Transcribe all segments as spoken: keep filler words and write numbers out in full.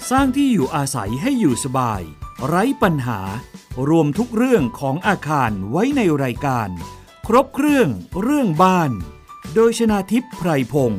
สร้างที่อยู่อาศัยให้อยู่สบายไร้ปัญหารวมทุกเรื่องของอาคารไว้ในรายการครบเครื่องเรื่องบ้านโดยชนาทิพย์ไพรพงศ์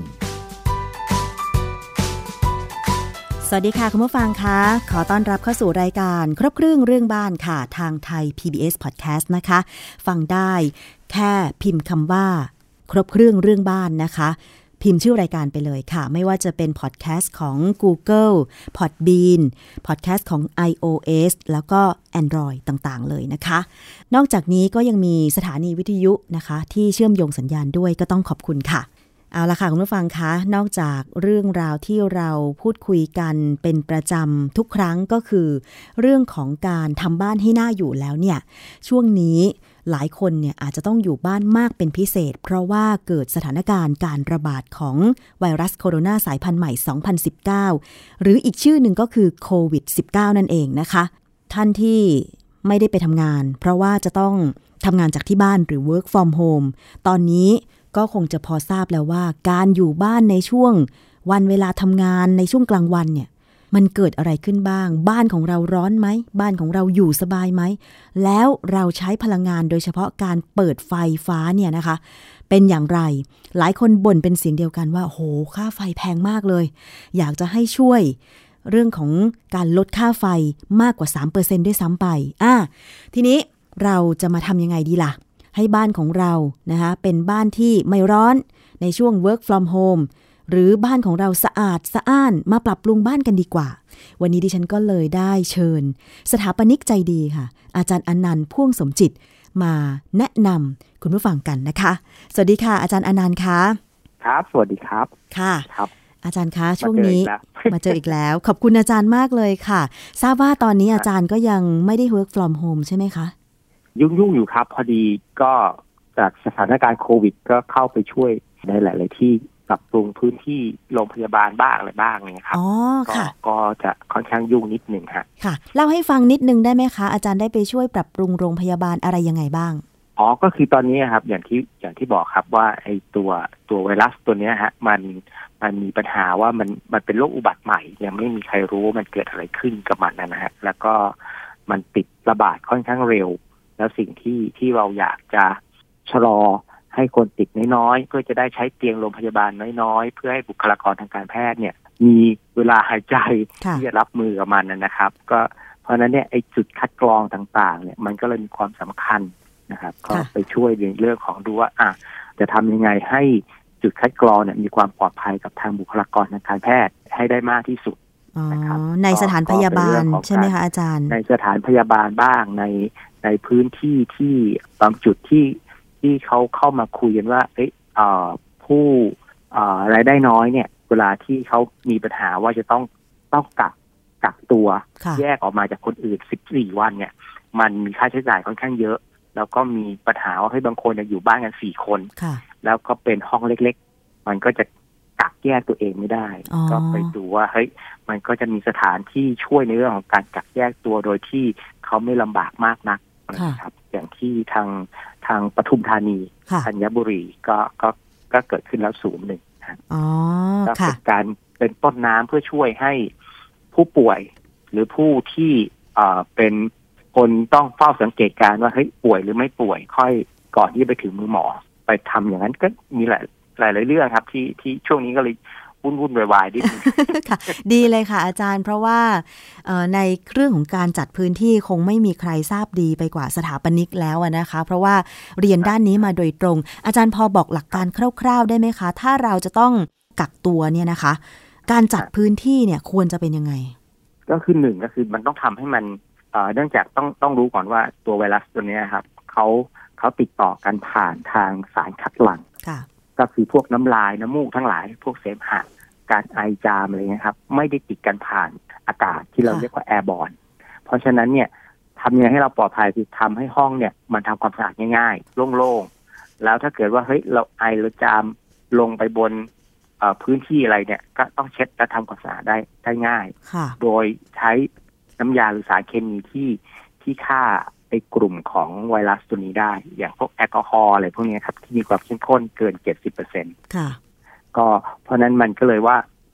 สวัสดีค่ะคุณผู้ฟังคะขอต้อนรับเข้าสู่รายการครบเครื่องเรื่องบ้านค่ะทางไทย พี บี เอส Podcast นะคะฟังได้แค่พิมพ์คำว่าครบเครื่องเรื่องบ้านนะคะพิมพ์ชื่อรายการไปเลยค่ะไม่ว่าจะเป็นพอดแคสต์ของ Google Podbean พอดแคสต์ของ iOS แล้วก็ Android ต่างๆเลยนะคะนอกจากนี้ก็ยังมีสถานีวิทยุนะคะที่เชื่อมโยงสัญญาณด้วยก็ต้องขอบคุณค่ะเอาละค่ะคุณผู้ฟังคะนอกจากเรื่องราวที่เราพูดคุยกันเป็นประจำทุกครั้งก็คือเรื่องของการทำบ้านให้น่าอยู่แล้วเนี่ยช่วงนี้หลายคนเนี่ยอาจจะต้องอยู่บ้านมากเป็นพิเศษเพราะว่าเกิดสถานการณ์การระบาดของไวรัสโคโรนาสายพันธุ์ใหม่สองพันสิบเก้าหรืออีกชื่อหนึ่งก็คือโควิด สิบเก้า นั่นเองนะคะท่านที่ไม่ได้ไปทำงานเพราะว่าจะต้องทำงานจากที่บ้านหรือ work from home ตอนนี้ก็คงจะพอทราบแล้วว่าการอยู่บ้านในช่วงวันเวลาทำงานในช่วงกลางวันเนี่ยมันเกิดอะไรขึ้นบ้างบ้านของเราร้อนไหมบ้านของเราอยู่สบายไหมแล้วเราใช้พลังงานโดยเฉพาะการเปิดไฟฟ้าเนี่ยนะคะเป็นอย่างไรหลายคนบ่นเป็นเสียงเดียวกันว่าโหค่าไฟแพงมากเลยอยากจะให้ช่วยเรื่องของการลดค่าไฟมากกว่า สามเปอร์เซ็นต์ ด้วยซ้ำไปอ่ะทีนี้เราจะมาทำยังไงดีล่ะให้บ้านของเรานะคะเป็นบ้านที่ไม่ร้อนในช่วง work from home หรือบ้านของเราสะอาดสะอ้านมาปรับปรุงบ้านกันดีกว่าวันนี้ดิฉันก็เลยได้เชิญสถาปนิกใจดีค่ะอาจารย์อนันต์พ่วงสมจิตมาแนะนำคุณผู้ฟังกันนะคะสวัสดีค่ะอาจารย์อนันต์คะครับสวัสดีครับค่ะครับอาจารย์คะช่วงนี้มาเจออีกแล้วขอบคุณอาจารย์มากเลยค่ะทราบว่าตอนนี้อาจารย์ก็ยังไม่ได้ work from home ใช่ไหมคะยุ่งๆอยู่ครับพอดีก็จากสถานการณ์โควิดก็เข้าไปช่วยในหลายๆที่ปรับปรุงพื้นที่โรงพยาบาลบ้างอะไรบ้างเนี่ยครับอ๋อค่ะก็จะค่อนข้างยุ่งนิดหนึ่งฮะค่ะเล่าให้ฟังนิดนึงได้ไหมคะอาจารย์ได้ไปช่วยปรับปรุงโรงพยาบาลอะไรยังไงบ้างอ๋อก็คือตอนนี้ครับอย่างที่อย่างที่บอกครับว่าไอ้ตัวตัวไวรัสตัวนี้ฮะมันมันมีปัญหาว่ามันมันเป็นโรคอุบัติใหม่ยังไม่มีใครรู้ว่ามันเกิดอะไรขึ้นกับมันนะฮะแล้วก็มันติดระบาดค่อนข้างเร็วแล้วสิ่งที่ที่เราอยากจะชะลอให้คนติดน้อยๆเพื่อจะได้ใช้เตียงโรงพยาบาลน้อยๆเพื่อให้บุคลากรทางการแพทย์เนี่ยมีเวลาหายใจที่จะรับมือกับมันนะครับก็เพราะฉะนั้นเนี่ยไอ้จุดคัดกรองต่างๆเนี่ยมันก็เลยมีความสำคัญนะครับก็ไปช่วยในเรื่องของดูว่าอ่ะจะทำยังไงให้จุดคัดกรองเนี่ยมีความปลอดภัยกับทางบุคลากรทางการแพทย์ให้ได้มากที่สุดนะครับในสถานพยาบาลใช่ไหมคะอาจารย์ในสถานพยาบาลบ้างในในพื้นที่ที่บางจุดที่ที่เขาเข้ามาคุยกันว่าเอ๊ะผู้รายได้น้อยเนี่ยเวลาที่เขามีปัญหาว่าจะต้องต้องกักกักตัวแยกออกมาจากคนอื่นสิบสี่วันเนี่ยมันมีค่าใช้จ่ายค่อนข้างเยอะแล้วก็มีปัญหาว่าให้บางคนอยู่บ้านกันสี่คนแล้วก็เป็นห้องเล็กๆมันก็จะกักแยกตัวเองไม่ได้ก็ไปดูว่าเฮ้ยมันก็จะมีสถานที่ช่วยในเรื่องของการกักแยกตัวโดยที่เขาไม่ลำบากมากนักนะครับอย่างที่ทางทางปทุมธานีธัญบุรีก็ก็ก็เกิดขึ้นแล้วศูนย์หนึ่งก็เป็นการเป็นต้นน้ำเพื่อช่วยให้ผู้ป่วยหรือผู้ที่เอ่อเป็นคนต้องเฝ้าสังเกตการว่าเฮ้ยป่วยหรือไม่ป่วยค่อยก่อนที่จะไปถึงมือหมอไปทำอย่างนั้นก็มีหลายหลายเรื่องครับที่ที่ช่วงนี้ก็เลยวุ่นวุ่นวายๆนิดนึงค่ะดีเลยค่ะอาจารย์เพราะว่าในเรื่องของการจัดพื้นที่คงไม่มีใครทราบดีไปกว่าสถาปนิกแล้วนะคะเพราะว่าเรียนด้านนี้มาโดยตรงอาจารย์พอบอกหลักการคร่าวๆได้ไหมคะถ้าเราจะต้องกักตัวเนี่ยนะคะการจัดพื้นที่เนี่ยควรจะเป็นยังไงก็คือหนึ่งก็คือมันต้องทำให้มันเนื่องจากต้องต้องรู้ก่อนว่าตัวไวรัสตัวนี้ครับเขาเขาติดต่อกันผ่านทางสารคัดหลั่งก็คือพวกน้ำลายน้ำมูกทั้งหลายพวกเสมหะการไอจามอะไรเงี้ยครับไม่ได้ติดกันผ่านอากาศที่เราเรียกว่าแอร์บอร์นเพราะฉะนั้นเนี่ยทำยังไงให้เราปลอดภัยคือทำให้ห้องเนี่ยมันทำความสะอาดง่ายๆโล่งๆแล้วถ้าเกิดว่าเฮ้ยเราไอหรือจามลงไปบนพื้นที่อะไรเนี่ยก็ต้องเช็ดและทำความสะอาดได้ได้ง่ายโดยใช้น้ำยาหรือสารเคมีที่ที่ฆ่าไอ้กลุ่มของไวรัสตัวนี้ได้อย่างพวกแอลกอฮอล์อะไรพวกนี้ครับที่มีความเข้มข้นเกิน เจ็ดสิบเปอร์เซ็นต์ ค่ะก็เพราะนั้นมันก็เลยว่า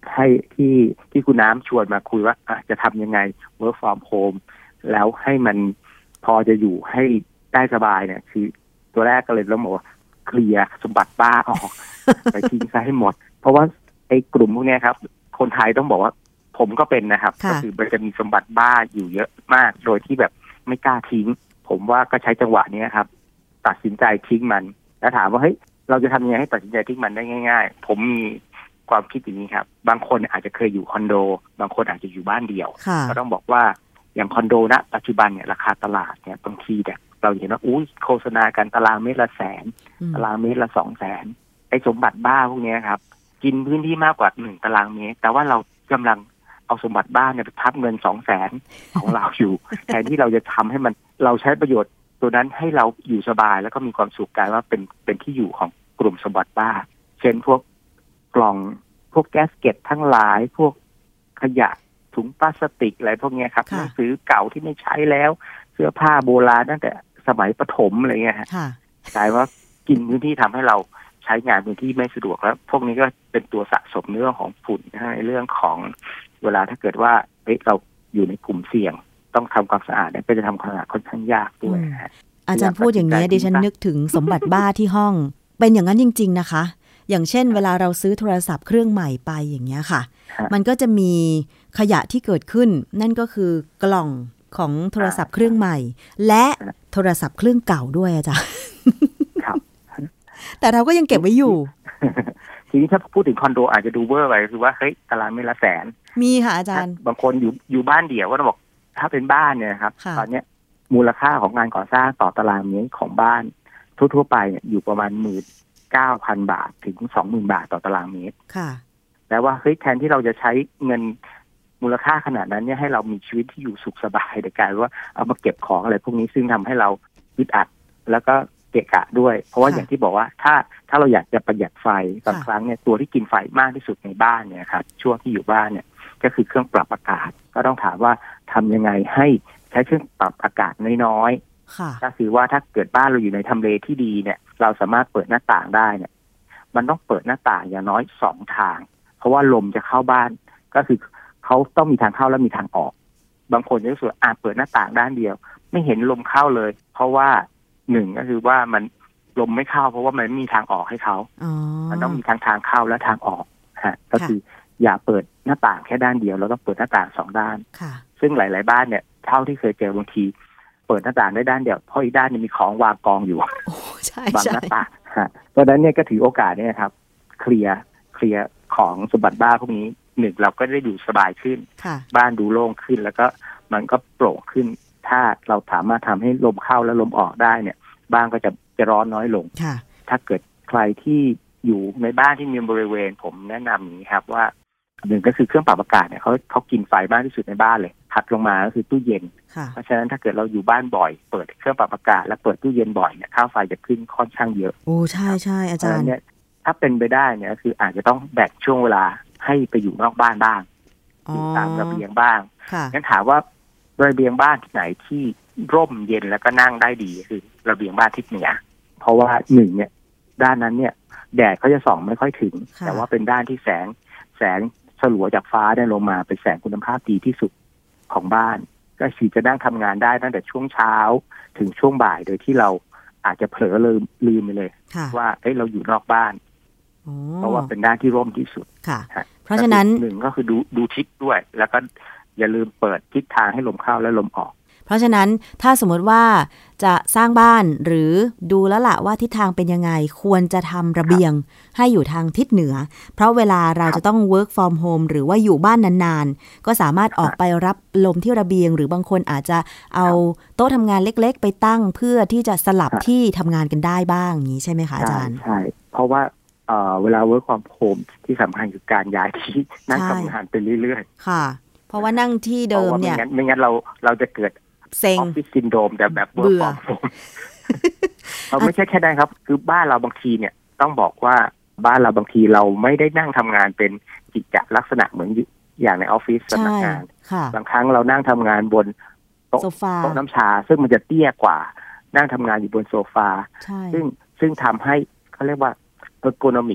ให้ที่ที่คุณน้ำชวนมาคุยว่าจะทำยังไง work from home แล้วให้มันพอจะอยู่ให้ได้สบายเนี่ยคือตัวแรกก็เลยต้องบอกว่าเคลียร์สมบัติบ้าออก ไปทิ้งซะให้หมดเพราะว่าไอ้กลุ่มพวกนี้ครับคนไทยต้องบอกว่าผมก็เป็นนะครับก็คือมันจะมีสมบัติบ้าอยู่เยอะมากโดยที่แบบไม่กล้าทิ้งผมว่าก็ใช้จังหวะนี้ครับตัดสินใจทิ้งมันแล้วถามว่าเฮ้ยเราจะทำยังไงให้ตัดสินใจทิ้งมันได้ง่ายๆผมมีความคิดอย่างนี้ครับบางคนอาจจะเคยอยู่คอนโดบางคนอาจจะอยู่บ้านเดี่ยวก็ต้องบอกว่าอย่างคอนโดณปัจจุบันเนี่ยราคาตลาดเนี่ยบางทีเนี่ยเราเห็นว่าอุ้ยโฆษณากันตารางเมตรละแสนตารางเมตรละสองแสนไอ้สมบัติบ้าพวกนี้ครับกินพื้นที่มากกว่าหนึ่งตารางเมตรแต่ว่าเรากำลังเอาสมบัติบ้านเนี่ยไปทับเงินสองแสนของเราอยู่ แทนที่เราจะทำให้มันเราใช้ประโยชน์ตัวนั้นให้เราอยู่สบายแล้วก็มีความสุขกลายว่าเป็นเป็นที่อยู่ของกลุ่มสมบัติบ้าเช่นพวกกล่องพวกแก๊สเก็ตทั้งหลายพวกขยะถุงพลาสติกอะไรพวกนี้ครับหนังสือเก่าที่ไม่ใช้แล้วเสื้อผ้าโบราณตั้งแต่สมัยประถมอะไรเงี้ยฮะกลายว่ากินพื้นที่ทำให้เราใช้งานพื้นที่ไม่สะดวกแล้วพวกนี้ก็เป็นตัวสะสมเรื่องของฝุ่นในเรื่องของเวลาถ้าเกิดว่าเฮ้ยเราอยู่ในกลุ่มเสี่ยงต้องทำความสะอาดเนี่ยก็จะทำความสะอาดค่อนข้างยากด้วยอาจารย์พูดอย่างนี้ดิฉันนึกถึงสมบัติบ้าที่ห้องเป็นอย่างนั้นจริงๆนะคะอย่างเช่นเวลาเราซื้อโทรศัพท์เครื่องใหม่ไปอย่างเงี้ยค่ะมันก็จะมีขยะที่เกิดขึ้นนั่นก็คือกล่องของโทรศัพท์เครื่องใหม่และโทรศัพท์เครื่องเก่าด้วยอาจารย์ครับแต่เราก็ยังเก็บไว้อยู่ทีนี้ถ้าพูดถึงคอนโดอาจจะดูเวอร์ไปคือว่าเฮ้ยตารางเมตรละแสนมีค่ะอาจารย์บางคนอยู่อยู่บ้านเดี่ยวก็ต้องบอกถ้าเป็นบ้านเนี่ยครับตอนนี้มูลค่าของงานก่อสร้างต่อตารางเมตรของบ้านทั่วๆไปเนี่ยอยู่ประมาณหมื่นเก้าพันบาทถึงสองหมื่นบาทต่อตารางเมตรค่ะแต่ว่าเฮ้ยแทนที่เราจะใช้เงินมูลค่าขนาดนั้นเนี่ยให้เรามีชีวิตที่อยู่สุขสบายโดยการว่าเอามาเก็บของอะไรพวกนี้ซึ่งทำให้เราอึดอัดแล้วก็เกะกะด้วยเพราะว่าอย่างที่บอกว่าถ้าถ้าเราอยากจะประหยัดไฟบางครั้งเนี่ยตัวที่กินไฟมากที่สุดในบ้านเนี่ยครับช่วงที่อยู่บ้านเนี่ยก็คือเครื่องปรับอากาศก็ต้องถามว่าทำยังไงให้ใช้เครื่องปรับอากาศน้อยๆก็คือว่าถ้าเกิดบ้านเราอยู่ในทำเลที่ดีเนี่ยเราสามารถเปิดหน้าต่างได้เนี่ยมันต้องเปิดหน้าต่างอย่างน้อยสองทางเพราะว่าลมจะเข้าบ้านก็คือเขาต้องมีทางเข้าและมีทางออกบางคนจะรู้สึกอ่ะเปิดหน้าต่างด้านเดียวไม่เห็นลมเข้าเลยเพราะว่าหนึ่งก็คือว่ามันลมไม่เข้าเพราะว่ามันไม่มีทางออกให้เขามันต้องมีทางทางเข้าและทางออกฮะก็คืออย่าเปิดหน้าต่างแค่ด้านเดียวเราต้องเปิดหน้าต่างสองด้านซึ่งหลายๆบ้านเนี่ยเท่าที่เคยเจอบางทีเปิดหน้าต่างได้ด้านเดียวเพราะอีกด้านนึงมีของวางกองอยู่บางหน้าต่างฮะเพราะฉะนั้นเนี่ยก็ถือโอกาสเนี่ยครับเคลียร์เคลียร์ของสมบัติบ้าพวกนี้หนึ่งเราก็ได้อยู่สบายขึ้นบ้านดูโล่งขึ้นแล้วก็มันก็โปร่งขึ้นถ้าเราสามารถทำให้ลมเข้าและลมออกได้เนี่ยบ้านก็จะจะร้อนน้อยลงถ้าเกิดใครที่อยู่ในบ้านที่มีบริเวณผมแนะนำอย่างนี้ครับว่าหนึ่งก็คือเครื่องปรับอากาศเนี่ยเขาเขากินไฟมากที่สุดในบ้านเลยถัดลงมาก็คือตู้เย็นเพราะฉะนั้นถ้าเกิดเราอยู่บ้านบ่อยเปิดเครื่องปรับอากาศและเปิดตู้เย็นบ่อยเนี่ยค่าไฟจะขึ้นค่อนข้างเยอะโอ้ใช่ใช่อาจารย์เนี่ยถ้าเป็นไปได้เนี่ยก็คืออาจจะต้องแบ่งช่วงเวลาให้ไปอยู่นอกบ้านบ้างอยู่ตามระเบียงบ้างงั้นถามว่าระเบียงบ้านที่ไหนที่ร่มเย็นแล้วก็นั่งได้ดีคือระเบียงบ้านทิศเหนือเพราะว่าหนึ่งเนี่ยด้านนั้นเนี่ยแดดเขาจะส่องไม่ค่อยถึงแต่ว่าเป็นด้านที่แสงแสงฉลัวจากฟ้าได้ลงมาเป็นแสงคุณภาพดีที่สุดของบ้านก็คือจะนั่งทำงานได้ตั้งแต่ช่วงเช้าถึงช่วงบ่ายโดยที่เราอาจจะเผลอลืมลืมไปเลยว่าเอ้ยเราอยู่นอกบ้านเพราะว่าเป็นด้านที่ร่มที่สุดค่ะเพราะฉะนั้นหนึ่งก็คือดูดูทิศด้วยแล้วก็อย่าลืมเปิดทิศทางให้ลมเข้าและลมออกเพราะฉะนั้นถ้าสมมติว่าจะสร้างบ้านหรือดูแล้วล่ะว่าทิศทางเป็นยังไงควรจะทำระเบียงให้อยู่ทางทิศเหนือเพราะเวลาเราจะต้อง work from home หรือว่าอยู่บ้านนานๆก็สามารถออกไปรับลมที่ระเบียงหรือบางคนอาจจะเอาโต๊ะทำงานเล็กๆไปตั้งเพื่อที่จะสลับที่ทำงานกันได้บ้างอย่างนี้ใช่ไหมคะอาจารย์ใช่เพราะว่าเอ่อเวลา work from home ที่สำคัญคือการย้ายที่นั่งทำงานไปเรื่อยๆค่ะเพราะว่านั่งที่เดิมเนี่ยไม่งั้นไม่งั้นเราเราจะเกิดเซ็งออฟฟิศซินโดรมแต่แบบ work from home เราไม่ใช่แค่ได้ครับคือบ้านเราบางทีเนี่ยต้องบอกว่าบ้านเราบางทีเราไม่ได้นั่งทำงานเป็นกิจลักษณะเหมือนอย่างในออฟฟิศสำนักงานบางครั้งเรานั่งทำงานบนโต๊ะโต๊ะน้ำชาซึ่งมันจะเตี้ยกว่านั่งทำงานอยู่บนโซฟาซึ่งซึ่งทำให้เขาเรียกว่าergonomic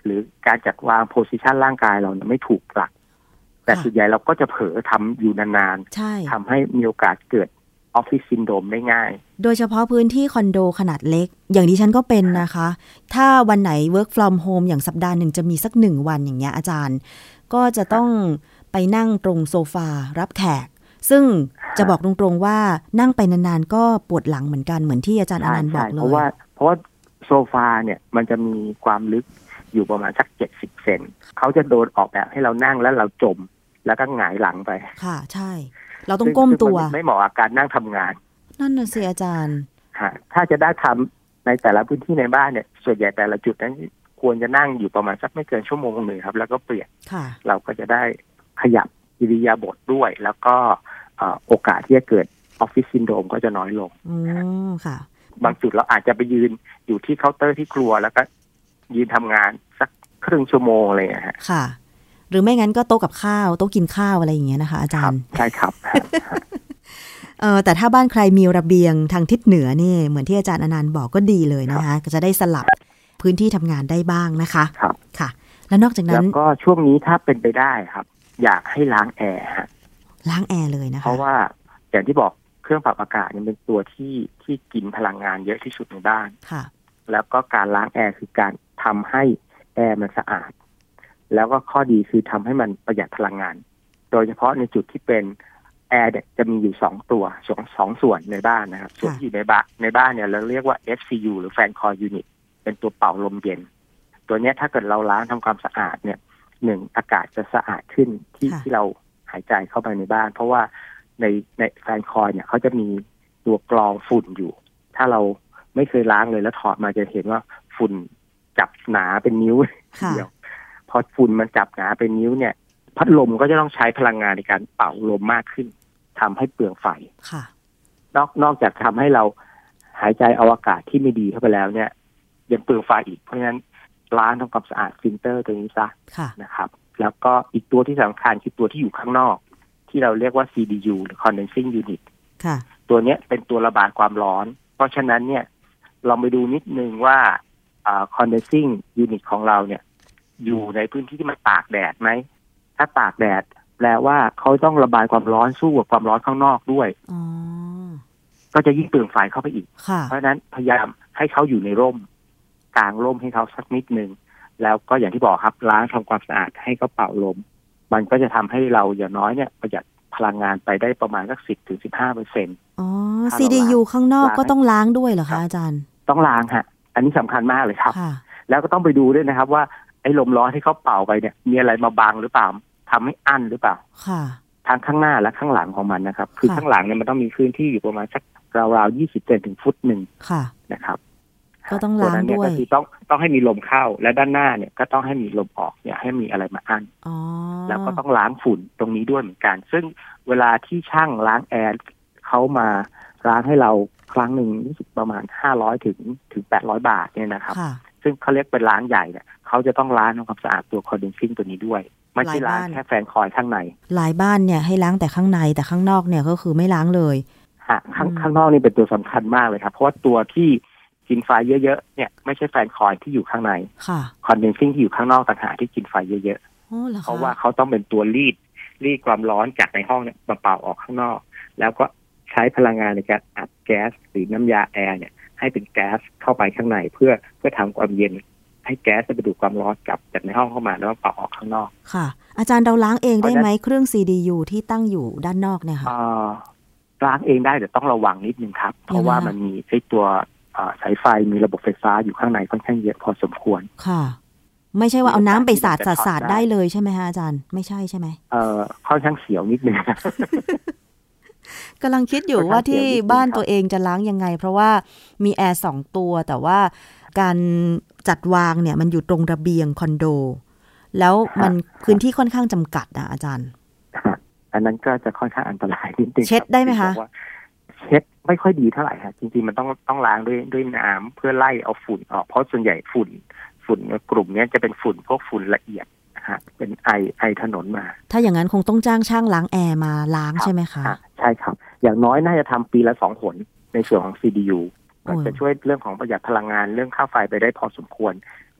หรือการจัดวางโพสิชันร่างกายเราไม่ถูกหลักแต่ส่วนใหญ่เราก็จะเผลอทำอยู่นานๆทำให้มีโอกาสเกิดออฟฟิศซินโดรมได้ง่ายโดยเฉพาะพื้นที่คอนโดขนาดเล็กอย่างดิฉันก็เป็นนะคะถ้าวันไหน work from home อย่างสัปดาห์หนึ่งจะมีสักหนึ่งวันอย่างเงี้ยอาจารย์ก็จะต้องไปนั่งตรงโซฟารับแขกซึ่งจะบอกตรงๆว่านั่งไปนานๆก็ปวดหลังเหมือนกันเหมือนที่อาจารย์อนันต์บอกเลยเพราะว่าเพราะว่าโซฟาเนี่ยมันจะมีความลึกอยู่ประมาณสักเจ็ดสิบเซนเขาจะโดนออกแบบให้เรานั่งแล้วเราจมแล้วก็หงายหลังไปค่ะใช่เราต้องก้มตัวไม่เหมาะกับการนั่งทำงานนั่นน่ะสิอาจารย์ถ้าจะได้ทำในแต่ละพื้นที่ในบ้านเนี่ยส่วนใหญ่แต่ละจุดนั้นควรจะนั่งอยู่ประมาณสักไม่เกินชั่วโมงหนึ่งครับแล้วก็เปลี่ยนเราก็จะได้ขยับอิริยาบถด้วยแล้วก็โอกาสที่จะเกิดออฟฟิศซินโดรมก็จะน้อยลงอืมค่ะบางจุดเราอาจจะไปยืนอยู่ที่เคาน์เตอร์ที่ครัวแล้วก็ยืนทำงานสักครึ่งชั่วโมงอะไรอย่างเงี้ยค่ะหรือไม่งั้นก็โต๊ะกับข้าวโต๊ะกินข้าวอะไรอย่างเงี้ยนะคะอาจารย์ใช่ครับเออแต่ถ้าบ้านใครมีระเบียงทางทิศเหนือนี่เหมือนที่อาจารย์อนันต์บอกก็ดีเลยนะคะก็จะได้สลับพื้นที่ทำงานได้บ้างนะคะครับค่ะแล้วนอกจากนั้นแล้วก็ช่วงนี้ถ้าเป็นไปได้ครับอยากให้ล้างแอร์ฮะล้างแอร์เลยนะคะเพราะว่าอย่างที่บอกเครื่องปรับอากาศเนี่ยเป็นตัวที่ที่กินพลังงานเยอะที่สุดในบ้านค่ะแล้วก็การล้างแอร์คือการทำให้แอร์มันสะอาดแล้วก็ข้อดีคือทำให้มันประหยัดพลังงานโดยเฉพาะในจุดที่เป็นแอร์เนี่ยจะมีอยู่สองตัวสองสองส่วนในบ้านนะครับส่วนที่อยู่ในบ้านในบ้านเนี่ยเราเรียกว่า เอฟ ซี ยู หรือ Fan Coil Unit เป็นตัวเป่าลมเย็นตัวนี้ถ้าเกิดเราล้างทำความสะอาดเนี่ยหนึ่งอากาศจะสะอาดขึ้นที่ที่เราหายใจเข้าไปในบ้านเพราะว่าในในแฟนคอยเนี่ยเขาจะมีตัวกรองฝุ่นอยู่ถ้าเราไม่เคยล้างเลยแล้วถอดมาจะเห็นว่าฝุ่นจับหนาเป็นนิ้วเดียวพอฝุ่นมันจับหนาเป็นนิ้วเนี่ยพัดลมก็จะต้องใช้พลังงานในการเป่าลมมากขึ้นทำให้เปลืองไฟนอกนอกจากทำให้เราหายใจเอาอากาศที่ไม่ดีเข้าไปแล้วเนี่ยยังเปลืองไฟอีกเพราะฉะนั้นล้างทำความสะอาดฟิลเตอร์ตัวนี้ซะนะครับแล้วก็อีกตัวที่สำคัญคือตัวที่อยู่ข้างนอกที่เราเรียกว่า ซี ดี ยู หรือ Condensing Unit ตัวนี้เป็นตัวระบายความร้อนเพราะฉะนั้นเนี่ยเราไปดูนิดนึงว่าอ่า Condensing Unit ของเราเนี่ยอยู่ในพื้นที่ที่มันตากแดดไหมถ้าตากแดดแปลว่าเขาต้องระบายความร้อนสู้กับความร้อนข้างนอกด้วยก็จะยิ่งเปลืองไฟเข้าไปอีกเพราะฉะนั้นพยายามให้เขาอยู่ในร่มกางร่มให้เขาสักนิดนึงแล้วก็อย่างที่บอกครับล้างทำความสะอาดให้เขาเป่าลมมันก็จะทำให้เราอย่างน้อยเนี่ยประหยัดพลังงานไปได้ประมาณสักสิบถึงสิบห้าเปอร์เซ็นต์อ๋อ ซี ดี ยู ข้างนอกก็ต้องล้างด้วยเหรอคะอาจารย์ต้องล้างฮะอันนี้สำคัญมากเลยครับแล้วก็ต้องไปดูด้วยนะครับว่าไอ้ลมร้อนที่เขาเป่าไปเนี่ยมีอะไรมาบังหรือเปล่าทำให้อั้นหรือเปล่าค่ะทางข้างหน้าและข้างหลังของมันนะครับคือข้างหลังเนี่ยมันต้องมีพื้นที่อยู่ประมาณสักราวๆยี่สิบเซนถึงฟุตหนึ่งนะครับก็ต้องล้างด้วยก็คือต้องต้องให้มีลมเข้าและด้านหน้าเนี่ยก็ต้องให้มีลมออกเนี่ยให้มีอะไรมาอั้นแล้วก็ต้องล้างฝุ่นตรงนี้ด้วยเหมือนกันซึ่งเวลาที่ช่างล้างแอร์เขามาล้างให้เราครั้งหนึ่งรู้สึกประมาณห้าร้อยถึงถึงแปดร้อยบาทเนี่ยนะครับซึ่งเขาเรียกเป็นล้างใหญ่เนี่ยเขาจะต้องล้างทำความสะอาดตัวคอนเดนซิ่งตัวนี้ด้วยไม่ใช่ล้างแค่แฟนคอยข้างในหลายบ้านเนี่ยให้ล้างแต่ข้างในแต่ข้างนอกเนี่ยก็คือไม่ล้างเลยฮะข้างข้างนอกนี่เป็นตัวสำคัญมากเลยครับเพราะว่าตัวที่กินไฟเยอะๆเนี่ยไม่ใช่แฟนคอยที่อยู่ข้างในคอนเดนซิ่งที่อยู่ข้างนอกต่างหากที่กินไฟเยอะๆเพราะว่าเขาต้องเป็นตัวรีดรีดความร้อนจากในห้องเนี่ยมาเป่าออกข้างนอกแล้วก็ใช้พลังงานในการอัดแก๊สหรือน้ำยาแอร์เนี่ยให้เป็นแก๊สเข้าไปข้างในเพื่อเพื่อทำความเย็นให้แก๊สไปดูดความร้อนกลับจากในห้องเข้ามาแล้วเป่าออกข้างนอกค่ะอาจารย์เราล้างเองได้ไหมเครื่อง ซี ดี ยู ที่ตั้งอยู่ด้านนอกเนี่ยค่ะล้างเองได้แต่ต้องระวังนิดนึงครับเพราะว่ามันมีไอ้ตัวสายไฟมีระบบไฟฟ้าอยู่ข้างในค่อนข้างเยอะพอสมควรค่ะไม่ใช่ว่าเอาน้ำไปสาดสาดได้เลยใช่ไหมฮะอาจารย์ไม่ใช่ใช่ไหมเอ่อค่อนข้างเสียวนิดนึงกำลังคิดอยู่ว่าที่บ้านตัวเองจะล้างยังไงเพราะว่ามีแอร์สองตัวแต่ว่าการจัดวางเนี่ยมันอยู่ตรงระเบียงคอนโดแล้วมันพื้นที่ค่อนข้างจำกัดนะอาจารย์อันนั้นก็จะค่อนข้างอันตรายนิดนึงเช็ดได้ไหมคะเช็ดไม่ค่อยดีเท่าไหร่ครับจริงๆมันต้องต้องล้างด้วยด้วยน้ำเพื่อไล่เอาฝุ่นออกเพราะส่วนใหญ่ฝุ่นฝุ่นกลุ่มนี้จะเป็นฝุ่นพวกฝุ่นละเอียดนะฮะเป็นไอไอถนนมาถ้าอย่างนั้นคงต้องจ้างช่างล้างแอร์มาล้างใช่ไหมคะใช่ครับอย่างน้อยน่าจะทำปีละสองหนในส่วนของ ซี ดี ยู มันจะช่วยเรื่องของประหยัดพลังงานเรื่องค่าไฟไปได้พอสมควร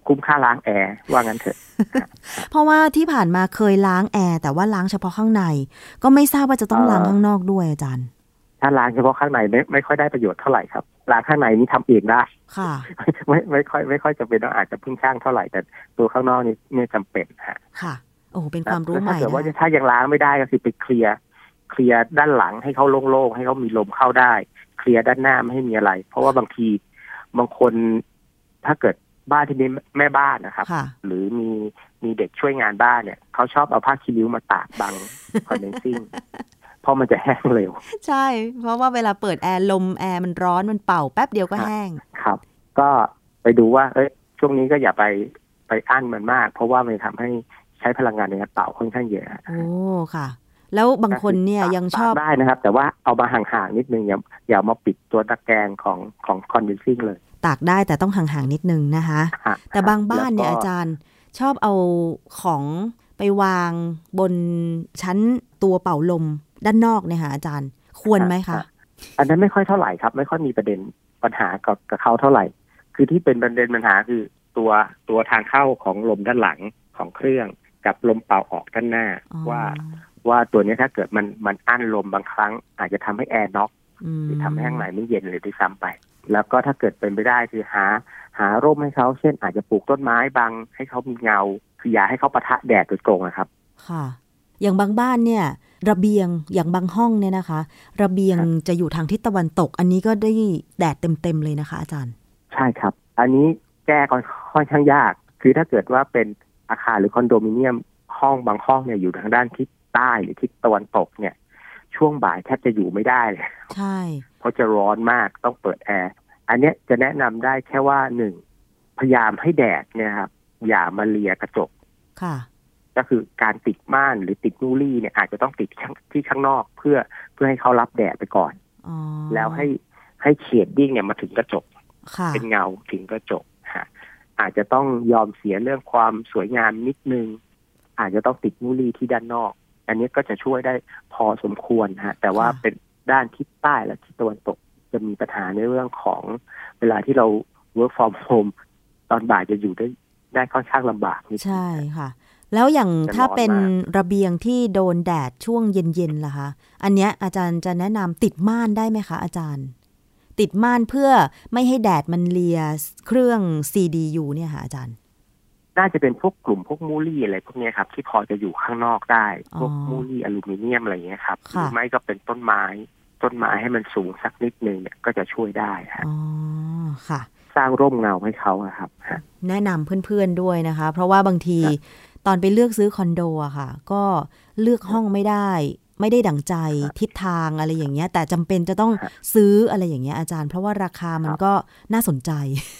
คุ้มค่าล้างแอร์ว่างั้นเถอะเพราะว่าที่ผ่านมาเคยล้างแอร์แต่ว่าล้างเฉพาะข้างในก็ไม่ทราบว่าจะต้องล้างข้างนอกด้วยอาจารย์ถ้าล้างเฉพาะข้างในไม่ไม่ค่อยได้ประโยชน์เท่าไหร่ครับล้างข้างในนี่ทำเองได้ค่ะไม่ไม่ค่อยไม่ค่อยจำเป็นต้องอาจจะพึ่งช่างเท่าไหร่แต่ตัวข้างนอกนี่ไม่จำเป็นฮะค่ะโอ้เป็นความรู้ใหม่ถ้าเกิดว่าถ้ายังล้างไม่ได้ก็คือไปเคลียร์เคลียร์ด้านหลังให้เขาโล่งๆให้เขามีลมเข้าได้เคลียร์ด้านหน้าไม่ให้มีอะไรเพราะว่าบางทีบางคนถ้าเกิดบ้านที่มีแม่บ้านนะครับหรือมีมีเด็กช่วยงานบ้านเนี่ยเขาชอบเอาผ้าคีริ้วมาตากบังคอนเดนซิ่งเพราะมันจะแห้งเร็วใช่เพราะว่าเวลาเปิดแอร์ลมแอร์มันร้อนมันเป่าแป๊บเดียวก็แห้งครับก็ไปดูว่าเอ้ยช่วงนี้ก็อย่าไปไปอั้นมันมากเพราะว่ามันทำให้ใช้พลังงานในการเป่าค่อนข้างเยอะโอ้ค่ะแล้วบางคนเนี่ยยังชอบได้นะครับแต่ว่าเอามาห่างๆนิดนึงอย่าอย่ามาปิดตัวตะแกรงของของคอนเดนซิ่งเลยตากได้แต่ต้องห่างๆนิดนึงนะคะแต่บางบ้านเนี่ยอาจารย์ชอบเอาของไปวางบนชั้นตัวเป่าลมด้านนอกเนี่ยค่ะอาจารย์ควรไหมคะอันนั้นไม่ค่อยเท่าไหร่ครับไม่ค่อยมีประเด็นปัญหากับกับเขาเท่าไหร่คือที่เป็นประเด็นปัญหาคือตัวตัวทางเข้าของลมด้านหลังของเครื่องกับลมเป่าออกด้านหน้าว่าว่าตัวนี้ถ้าเกิดมันมันอั้นลมบางครั้งอาจจะทำให้แอร์น็อกหรือทำให้ข้างในไม่เย็นเลยด้วยซ้ำไปแล้วก็ถ้าเกิดเป็นไปได้คือหาหาร่มให้เขาเช่นอาจจะปลูกต้นไม้บังให้เขามีเงาคืออย่าให้เขาปะทะแดดโดยตรงนะครับค่ะอย่างบางบ้านเนี่ยระเบียงอย่างบางห้องเนี่ยนะคะระเบียงจะอยู่ทางทิศตะวันตกอันนี้ก็ได้แดดเต็มๆเลยนะคะอาจารย์ใช่ครับอันนี้แก้ค่อนข้างยากคือถ้าเกิดว่าเป็นอาคารหรือคอนโดมิเนียมห้องบางห้องเนี่ยอยู่ทางด้านทิศใต้หรือทิศตะวันตกเนี่ยช่วงบ่ายแทบจะอยู่ไม่ได้เลยใช่เพราะจะร้อนมากต้องเปิดแอร์อันนี้จะแนะนำได้แค่ว่าหนึ่งพยายามให้แดดเนี่ยครับอย่ามาเลียกระจกค่ะก็คือการติดม่านหรือติดนูรี่เนี่ยอาจจะต้องติดที่ข้างนอกเพื่อเพื่อให้เขารับแดดไปก่อนแล้วให้ให้เชดดิ้งเนี่ยมาถึงกระจกเป็นเงาถึงกระจกฮะอาจจะต้องยอมเสียเรื่องความสวยงามนิดนึงอาจจะต้องติดนูรี่ที่ด้านนอกอันนี้ก็จะช่วยได้พอสมควรฮะแต่ว่าเป็นด้านทิศใต้และทิศตะวันตกจะมีปัญหาในเรื่องของเวลาที่เรา work from home ตอนบ่ายจะอยู่ได้ได้ค่อนข้างลำบากนิดใช่ค่ะแล้วอย่างถ้าเป็นระเบียงที่โดนแดดช่วงเย็นๆล่ะคะอันเนี้ยอาจารย์จะแนะนำติดม่านได้ไหมคะอาจารย์ติดม่านเพื่อไม่ให้แดดมันเลียเครื่อง ซี ดี ยู เนี่ยค่ะอาจารย์น่าจะเป็นพวกกลุ่มพวกมูลี่อะไรพวกนี้ครับที่พอจะอยู่ข้างนอกได้พวกมูลี่อลูมิเนียมอะไรอย่างเงี้ยครับหรือไม่ก็เป็นต้นไม้ต้นไม้ให้มันสูงสักนิดนึงเนี่ยก็จะช่วยได้ครับอ๋อค่ะสร้างร่มเงาให้เขาครับแนะนำเพื่อนๆด้วยนะคะเพราะว่าบางทีตอนไปเลือกซื้อคอนโดอะค่ะก็เลือกห้องไม่ได้ไม่ได้ดั่งใจทิศทางอะไรอย่างเงี้ยแต่จำเป็นจะต้องซื้ออะไรอย่างเงี้ยอาจารย์เพราะว่าราคามันก็น่าสนใจ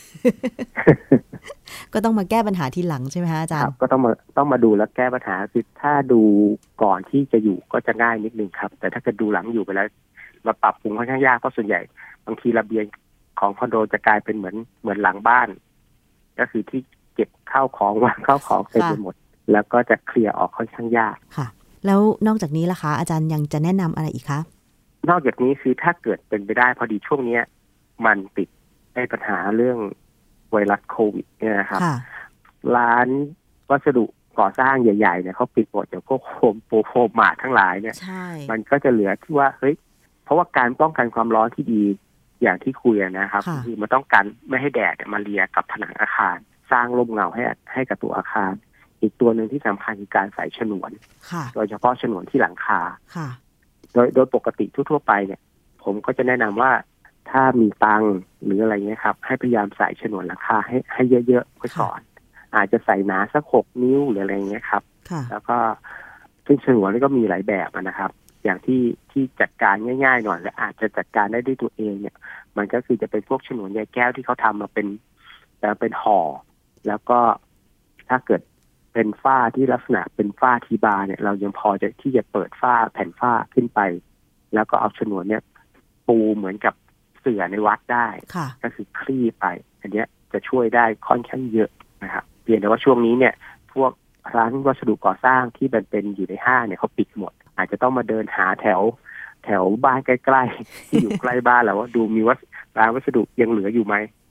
ก็ต้องมาแก้ปัญหาทีหลังใช่ไหมคะอาจารย์ก็ต้องมาต้องมาดูแล้วแก้ปัญหาคือถ้าดูก่อนที่จะอยู่ก็จะง่ายนิดนึงครับแต่ถ้าเกิดดูหลังอยู่ไปแล้วมาปรับปรุงค่อนข้างยากเพราะส่วนใหญ่บางทีระเบียงของคอนโดจะกลายเป็นเหมือนเหมือนหลังบ้านก็คือที่เก็บข้าวของวางข้าวของเต็มไปหมดแล้วก็จะเคลียร์ออกค่อนข้างยากค่ะแล้วนอกจากนี้ล่ะคะอาจารย์ยังจะแนะนำอะไรอีกคะนอกจากนี้คือถ้าเกิดเป็นไปได้พอดีช่วงนี้มันติดได้ปัญหาเรื่องไวรัสโควิดเนี่ยนะครับร้านวัสดุก่อสร้างใหญ่ๆเนี่ยเขาปิดหมดอย่างพวกโฮมโปรโฟมมาทั้งหลายเนี่ยมันก็จะเหลือที่ว่าเฮ้ยเพราะว่าการป้องกันความร้อนที่ดีอย่างที่คุยนะครับคือมันต้องการไม่ให้แดดมาเลียกับผนังอาคารสร้างร่มเงาให้ให้กับตัวอาคารอีกตัวหนึ่งที่สำคัญคือการใส่ฉนวนโดยเฉพาะฉนวนที่หลังคาโดยโดยปกติทั่วๆไปเนี่ยผมก็จะแนะนำว่าถ้ามีตังหรืออะไรเงี้ยครับให้พยายามใส่ฉนวนหลังคาให้ให้เยอะๆไว้ก่อนอาจจะใส่หนาสักหกนิ้วหรืออะไรเงี้ยครับแล้วก็ซึ่งฉนวนนี่ก็มีหลายแบบนะครับอย่างที่ที่จัดการง่ายๆหน่อยและอาจจะจัดการได้ด้วยตัวเองเนี่ยมันก็คือจะเป็นพวกฉนวนใยแก้วที่เขาทำมาเป็นแต่เป็นห่อแล้วก็ถ้าเกิดเป็นฝ้าที่ลักษณะเป็นฝ้าทีบาเนี่ยเรายังพอจะที่จะเปิดฝ้าแผ่นฝ้าขึ้นไปแล้วก็เอาฉนวนเนี่ยปูเหมือนกับเสื่อในวัดได้ก็คือคลี่ไปอันนี้จะช่วยได้ค่อนข้างเยอะนะครับเพียงแต่ว่าช่วงนี้เนี่ยพวกร้านวัสดุก่อสร้างที่เป็นเป็นอยู่ในห้างเนี่ยเขาปิดหมดอาจจะต้องมาเดินหาแถวแถวบ้านใกล้ๆที่อยู่ใกล้บ้านแล้วว่าดูมีว่าร้านวัสดุยังเหลืออยู่ไหม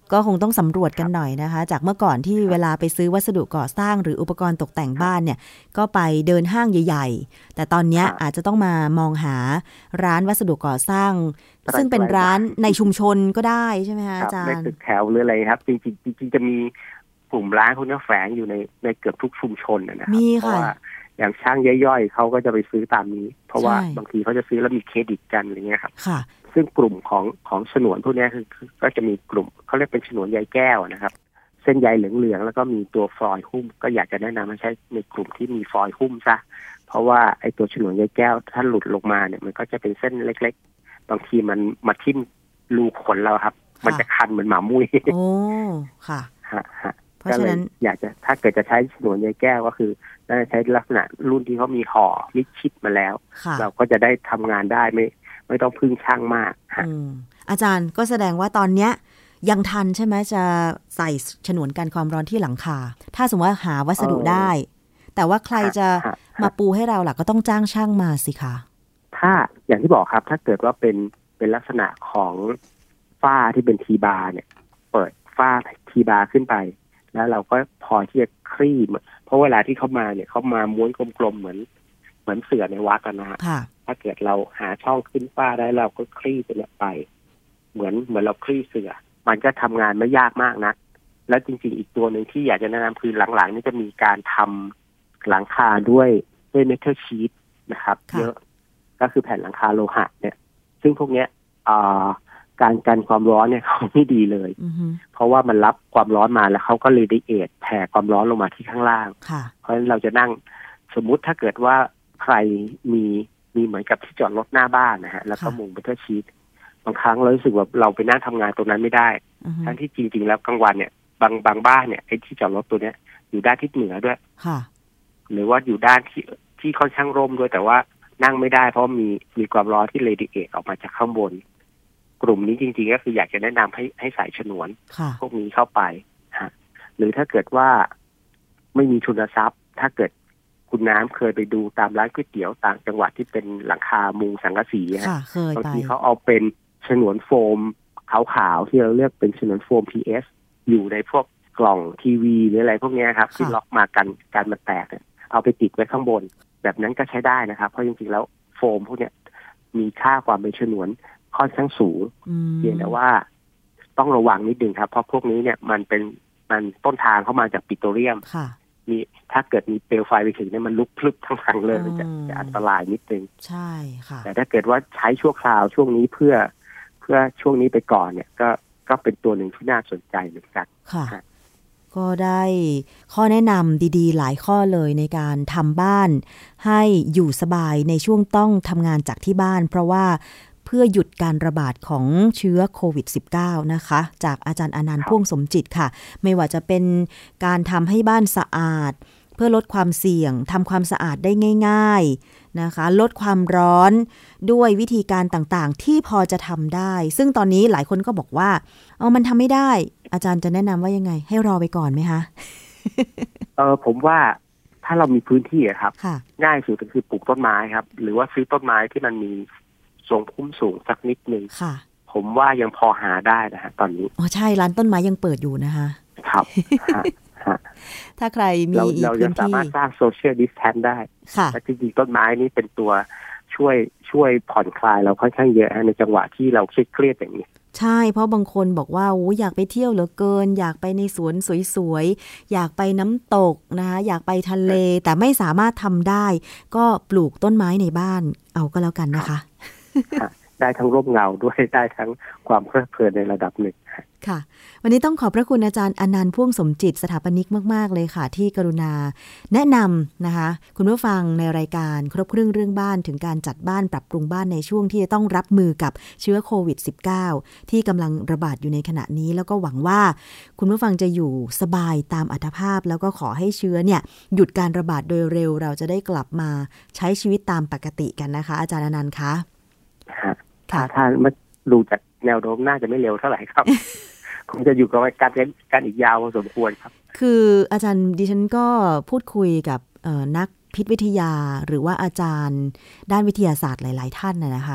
ก็คงต้องสำรวจกันหน่อยนะคะจากเมื่อก่อนที่เวลาไปซื้อวัสดุก่อสร้างหรืออุปกรณ์ตกแต่งบ้านเนี่ยก็ไปเดินห้างใหญ่ๆแต่ตอนนี้อาจจะต้องมามองหาร้านวัสดุก่อสร้างซึ่งเป็นร้านในชุมชนก็ได้ใช่ไหมคะอาจารย์ในตึกแถวหรืออะไรครับจริงๆจริงๆจะมีกลุ่มร้านพวกนี้แฝงอยู่ในในเกือบทุกชุมชนนะครับเพราะว่าอย่างช่างย่อยๆเขาก็จะไปซื้อตามนี้เพราะว่าบางทีเขาจะซื้อแล้วมีเครดิตกันอะไรเงี้ยครับซึ่งกลุ่มของของฉนวนพวกนี้คือก็จะมีกลุ่มเขาเรียกเป็นฉนวนใยแก้วนะครับเส้นใยเหลืองๆแล้วก็มีตัวฟอยล์หุ้มก็อยากจะแนะนำให้ใช้ในกลุ่มที่มีฟอยล์หุ้มซะเพราะว่าไอ้ตัวฉนวนใยแก้วถ้าหลุดลงมาเนี่ยมันก็จะเป็นเส้นเล็กๆบางทีมันมาทิ่มรูขนเราครับมันจะคันเหมือนหมามุ้ยโอ้ค่ะฮะฮะเพราะฉะนั้นอยากจะถ้าเกิดจะใช้ฉนวนใยแก้วก็คือน่าจะใช้ลักษณะรุ่นที่เขามีห่อมิดชิดมาแล้วเราก็จะได้ทำงานได้ไม่ไม่ต้องพึ่งช่างมากอืมอาจารย์ก็แสดงว่าตอนเนี้ยยังทันใช่ไหมจะใส่ฉนวนกันความร้อนที่หลังคาถ้าสมมติว่าหาวัสดุได้แต่ว่าใครจะมาปูให้เราล่ะก็ต้องจ้างช่างมาสิคะถ้าอย่างที่บอกครับถ้าเกิดว่าเป็นเป็นลักษณะของฝ้าที่เป็นทีบาร์เนี่ยเปิดฝ้าทีบาร์ขึ้นไปแล้วเราก็พอที่จะคลี่เพราะเวลาที่เขามาเนี่ยเขามาม้วนกลมๆเหมือนเหมือนเสือในวัดกันนะฮะถ้าเกิดเราหาช่องขึ้นฝ้าได้เราก็คลี่ไปไปเหมือนเหมือนเราคลี่เสือมันก็ทำงานไม่ยากมากนะแล้วจริงๆอีกตัวหนึ่งที่อยากจะแนะนำคือหลังๆนี่จะมีการทำหลังคาด้วยด้วยเมทัลชีทนะครับเยอะก็คือแผ่นหลังคาโลหะเนี่ยซึ่งพวกเนี้ยการกันความร้อนเนี่ยเขาไม่ดีเลย mm-hmm. เพราะว่ามันรับความร้อนมาแล้วเขาก็เรดิเอทแผ่ความร้อนลงมาที่ข้างล่างเพราะฉะนั้นเราจะนั่งสมมุติถ้าเกิดว่าใครมีมีเหมือนกับที่จอดรถหน้าบ้านนะฮะแล้วก็มุงเมทัลชีทบางครั้งเรารู้สึกว่าเราไปนั่งทำงานตรงนั้นไม่ได้ mm-hmm. ทั้งที่จริงๆแล้วกลางวันเนี่ยบางบางบ้านเนี่ยไอ้ที่จอดรถตัวเนี้ยอยู่ด้านทิศเหนือด้วยหรือว่าอยู่ด้านที่ที่ค่อนข้างร่มด้วยแต่ว่านั่งไม่ได้เพราะมีมีความร้อนที่เรดิเอทออกมาจากข้างบนกลุ่มนี้จริงๆก็คืออยากจะแนะนำให้ให้ใส่ฉนวนพวกนี้เข้าไปฮะหรือถ้าเกิดว่าไม่มีทุนทรัพย์ถ้าเกิดคุณน้ำเคยไปดูตามร้านก๋วยเตี๋ยวต่างจังหวัดที่เป็นหลังคามุงสังกะสีฮะบางทีเขาเอาเป็นฉนวนโฟมขาวๆที่เราเรียกเป็นฉนวนโฟม พี เอส อยู่ในพวกกล่องทีวีหรืออะไรพวกนี้ครับที่ล็อกมากันการมันแตกเอาไปติดไว้ข้างบนแบบนั้นก็ใช้ได้นะครับเพราะจริงๆแล้วโฟมพวกนี้มีค่าความเป็นฉนวนค่อนข้างสูงเพียงแต่ว่าต้องระวังนิดนึงครับเพราะพวกนี้เนี่ยมันเป็นมันต้นทางเข้ามาจากปิโตรเลียมมีถ้าเกิดมีเปลวไฟไปถึงเนี่ยมันลุกพลึบทั้งทางเลยมันจะจะอันตรายนิดนึงใช่ค่ะแต่ถ้าเกิดว่าใช้ชั่วคราวช่วงนี้เพื่อเพื่อช่วงนี้ไปก่อนเนี่ยก็ก็เป็นตัวหนึ่งที่น่าสนใจเหมือนกันค่ะก็ได้ข้อแนะนำดีๆหลายข้อเลยในการทำบ้านให้อยู่สบายในช่วงต้องทำงานจากที่บ้านเพราะว่าเพื่อหยุดการระบาดของเชื้อโควิด สิบเก้า นะคะจากอาจารย์อนันต์พ่วงสมจิตค่ะไม่ว่าจะเป็นการทำให้บ้านสะอาดเพื่อลดความเสี่ยงทำความสะอาดได้ง่ายๆนะคะลดความร้อนด้วยวิธีการต่างๆที่พอจะทำได้ซึ่งตอนนี้หลายคนก็บอกว่าเอามันทำไม่ได้อาจารย์จะแนะนำว่ายังไงให้รอไปก่อนไหมคะเออผมว่าถ้าเรามีพื้นที่ครับง่ายสุดก็คือปลูกต้นไม้ครับหรือว่าซื้อต้นไม้ที่มันมีทรงพุ่มสูงสักนิดนึงผมว่ายังพอหาได้นะฮะตอนนี้อ๋อใช่ร้านต้นไม้ยังเปิดอยู่นะคะครับถ้าใครมีอีกพื้นที่เราจะสามารถสร้างโซเชียลดิสแทนซ์ได้และจริงๆต้นไม้นี่เป็นตัวช่วยช่วยผ่อนคลายเราค่อนข้างเยอะในจังหวะที่เราเครียดๆอย่างนี้ใช่เพราะบางคนบอกว่าโอ้อยากไปเที่ยวเหลือเกินอยากไปในสวนสวยๆอยากไปน้ำตกนะคะอยากไปทะเลแต่ไม่สามารถทำได้ก็ปลูกต้นไม้ในบ้านเอาก็แล้วกันนะคะได้ทั้งร่มเงาด้วยได้ทั้งความเพลิดเพลินในระดับหนึ่งค่ะวันนี้ต้องขอบพระคุณอาจารย์อนันต์พ่วงสมจิตสถาปนิกมากๆเลยค่ะที่กรุณาแนะนำนะคะคุณผู้ฟังในรายการครบเครื่องเรื่องบ้านถึงการจัดบ้านปรับปรุงบ้านในช่วงที่จะต้องรับมือกับเชื้อโควิด สิบเก้า ที่กำลังระบาดอยู่ในขณะนี้แล้วก็หวังว่าคุณผู้ฟังจะอยู่สบายตามอัตภาพแล้วก็ขอให้เชื้อเนี่ยหยุดการระบาดโดยเร็วเราจะได้กลับมาใช้ชีวิตตามปกติกันนะคะอาจารย์อนันต์คะถ้าถ้ามาดูจากแนวโน้มน่าจะไม่เร็วเท่าไหร่ครับ คงจะอยู่กับการเรียนการอีกยาวพอสมควรครับคืออาจารย์ดิฉันก็พูดคุยกับนักพิษวิทยาหรือว่าอาจารย์ด้านวิทยาศาสตร์หลายๆท่านน่ะนะคะ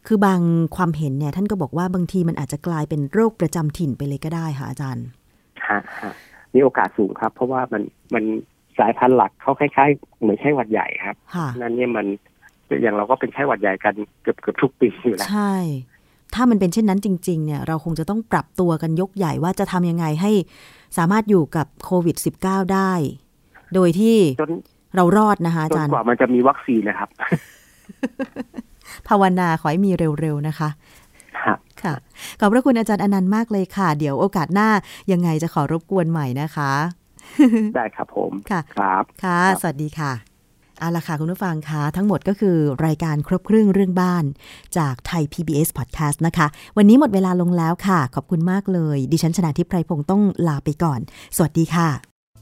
คือบางความเห็นเนี่ยท่านก็บอกว่าบางทีมันอาจจะกลายเป็นโรคประจำถิ่นไปเลยก็ได้ค่ะอาจารย์ฮะฮะมีโอกาสสูงครับเพราะว่ามันมันสายพันธุ์หลักเขาคล้ายๆเหมือนไข้หวัดใหญ่ครับนั้นเนี่ยมันอย่างเราก็เป็นไข้หวัดใหญ่กันเกือบเกือบทุกปีอยู่แล้วใช่ถ้ามันเป็นเช่นนั้นจริงๆเนี่ยเราคงจะต้องปรับตัวกันยกใหญ่ว่าจะทำยังไงให้สามารถอยู่กับโควิด สิบเก้า ได้โดยที่เรารอดนะคะอาจารย์จนกว่ามันจะมีวัคซีนนะครับภาวนาขอให้มีเร็วๆนะคะค่ะขอบพระคุณอาจารย์อนันต์มากเลยค่ะเดี๋ยวโอกาสหน้ายังไงจะขอรบกวนใหม่นะคะได้ครับผมค่ะครับค่ะสวัสดีค่ะเอาล่ะค่ะคุณผู้ฟังคะทั้งหมดก็คือรายการครบครึ่งเรื่องบ้านจากไทย พี บี เอส Podcast นะคะวันนี้หมดเวลาลงแล้วค่ะขอบคุณมากเลยดิฉันชนาทิพย์ไพรพงศ์ต้องลาไปก่อนสวัสดีค่ะ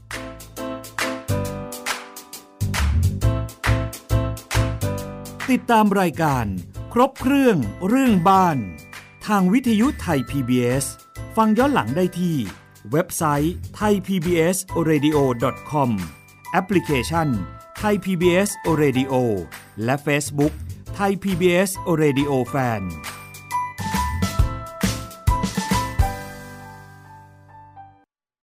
ติดตามรายการครบเครื่องเรื่องบ้านทางวิทยุไทย พี บี เอส ฟังย้อนหลังได้ที่เว็บไซต์ ไทย พี บี เอส เรดิโอ ดอท คอม แอปพลิเคชัน Thai พี บี เอส Radio และ Facebook Thai พี บี เอส Radio Fan